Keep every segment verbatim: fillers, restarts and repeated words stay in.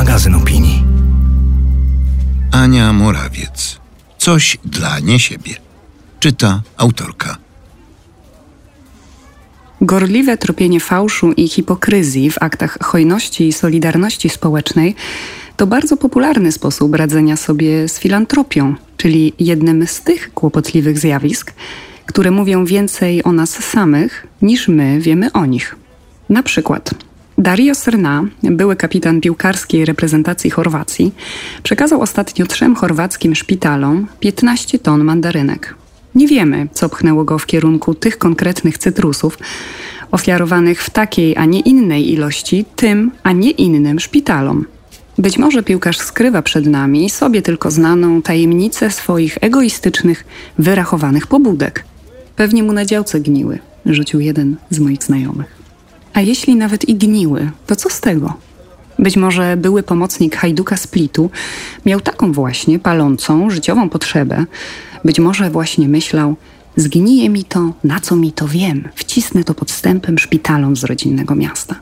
Magazyn opinii. Ania Morawiec. Coś dla nie siebie. Czyta autorka. Gorliwe tropienie fałszu i hipokryzji w aktach hojności i solidarności społecznej to bardzo popularny sposób radzenia sobie z filantropią, czyli jednym z tych kłopotliwych zjawisk, które mówią więcej o nas samych, niż my wiemy o nich. Na przykład Dario Srna, były kapitan piłkarskiej reprezentacji Chorwacji, przekazał ostatnio trzem chorwackim szpitalom piętnaście ton mandarynek. Nie wiemy, co pchnęło go w kierunku tych konkretnych cytrusów, ofiarowanych w takiej, a nie innej ilości tym, a nie innym szpitalom. Być może piłkarz skrywa przed nami sobie tylko znaną tajemnicę swoich egoistycznych, wyrachowanych pobudek. Pewnie mu na działce gniły, rzucił jeden z moich znajomych. A jeśli nawet i gniły, to co z tego? Być może były pomocnik Hajduka Splitu miał taką właśnie palącą, życiową potrzebę. Być może właśnie myślał, zgnije mi to, na co mi to wiem, wcisnę to podstępem szpitalom z rodzinnego miasta.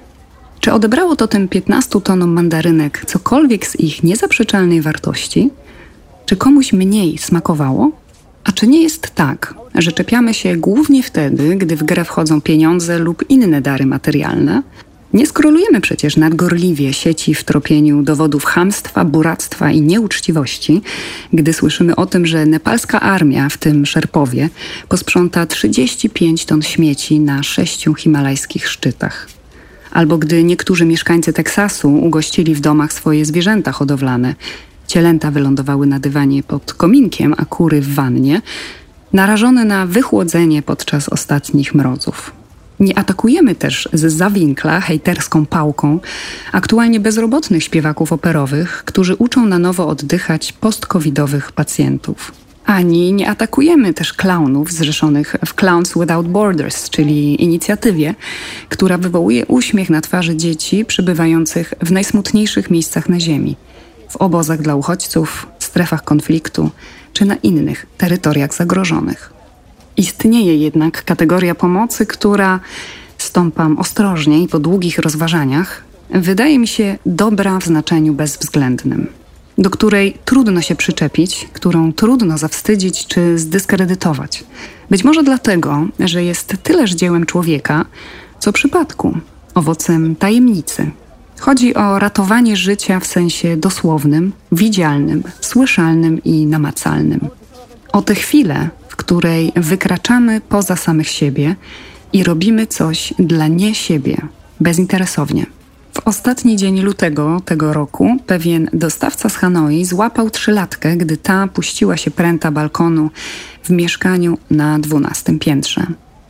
Czy odebrało to tym piętnastu tonom mandarynek cokolwiek z ich niezaprzeczalnej wartości? Czy komuś mniej smakowało? A czy nie jest tak, że czepiamy się głównie wtedy, gdy w grę wchodzą pieniądze lub inne dary materialne? Nie skrolujemy przecież nadgorliwie sieci w tropieniu dowodów chamstwa, buractwa i nieuczciwości, gdy słyszymy o tym, że nepalska armia, w tym Szerpowie, posprząta trzydzieści pięć ton śmieci na sześciu himalajskich szczytach. Albo gdy niektórzy mieszkańcy Teksasu ugościli w domach swoje zwierzęta hodowlane. Cielęta wylądowały na dywanie pod kominkiem, a kury w wannie, narażone na wychłodzenie podczas ostatnich mrozów. Nie atakujemy też z zawinkla hejterską pałką aktualnie bezrobotnych śpiewaków operowych, którzy uczą na nowo oddychać post-covidowych pacjentów. Ani nie atakujemy też klaunów zrzeszonych w Clowns Without Borders, czyli inicjatywie, która wywołuje uśmiech na twarzy dzieci przebywających w najsmutniejszych miejscach na ziemi, w obozach dla uchodźców, strefach konfliktu czy na innych terytoriach zagrożonych. Istnieje jednak kategoria pomocy, która, stąpam ostrożnie i po długich rozważaniach, wydaje mi się dobra w znaczeniu bezwzględnym, do której trudno się przyczepić, którą trudno zawstydzić czy zdyskredytować. Być może dlatego, że jest tyleż dziełem człowieka, co przypadku, owocem tajemnicy. Chodzi o ratowanie życia w sensie dosłownym, widzialnym, słyszalnym i namacalnym. O tę chwilę, w której wykraczamy poza samych siebie i robimy coś dla nie siebie, bezinteresownie. W ostatni dzień lutego tego roku pewien dostawca z Hanoi złapał trzylatkę, gdy ta puściła się pręta balkonu w mieszkaniu na dwunastym piętrze.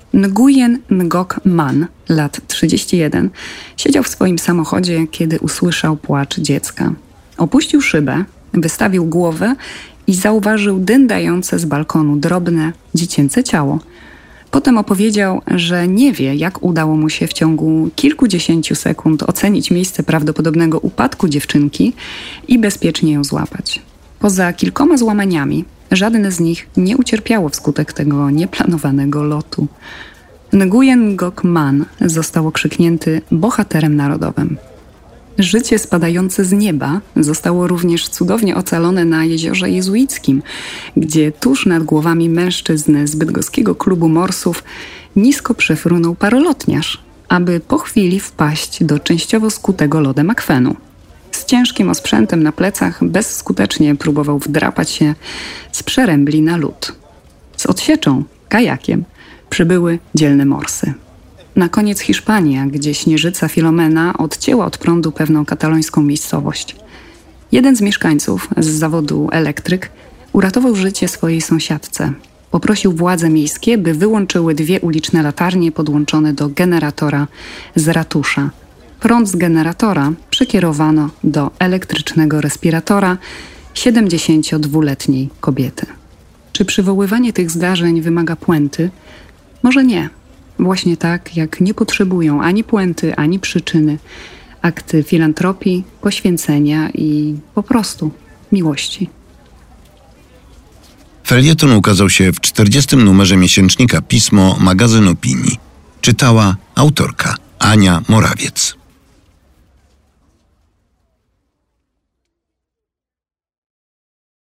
Nguyen Ngoc Man, lat trzydzieści jeden, siedział w swoim samochodzie, kiedy usłyszał płacz dziecka. Opuścił szybę, wystawił głowę i zauważył dędające z balkonu drobne, dziecięce ciało. Potem opowiedział, że nie wie, jak udało mu się w ciągu kilkudziesięciu sekund ocenić miejsce prawdopodobnego upadku dziewczynki i bezpiecznie ją złapać. Poza kilkoma złamaniami, żadne z nich nie ucierpiało wskutek tego nieplanowanego lotu. Nguyen Ngoc Man został okrzyknięty bohaterem narodowym. Życie spadające z nieba zostało również cudownie ocalone na jeziorze jezuickim, gdzie tuż nad głowami mężczyzn z bydgoskiego klubu morsów nisko przefrunął parolotniarz, aby po chwili wpaść do częściowo skutego lodem akwenu. Z ciężkim osprzętem na plecach bezskutecznie próbował wdrapać się z przerębli na lód. Z odsieczą, kajakiem, przybyły dzielne morsy. Na koniec Hiszpania, gdzie śnieżyca Filomena odcięła od prądu pewną katalońską miejscowość. Jeden z mieszkańców z zawodu elektryk uratował życie swojej sąsiadce. Poprosił władze miejskie, by wyłączyły dwie uliczne latarnie podłączone do generatora z ratusza. Prąd z generatora przekierowano do elektrycznego respiratora siedemdziesięciodwuletniej kobiety. Czy przywoływanie tych zdarzeń wymaga puenty? Może nie. Właśnie tak, jak nie potrzebują ani puenty, ani przyczyny akty filantropii, poświęcenia i po prostu miłości. Felieton ukazał się w czterdziestym numerze miesięcznika Pismo, magazyn opinii. Czytała autorka Ania Morawiec.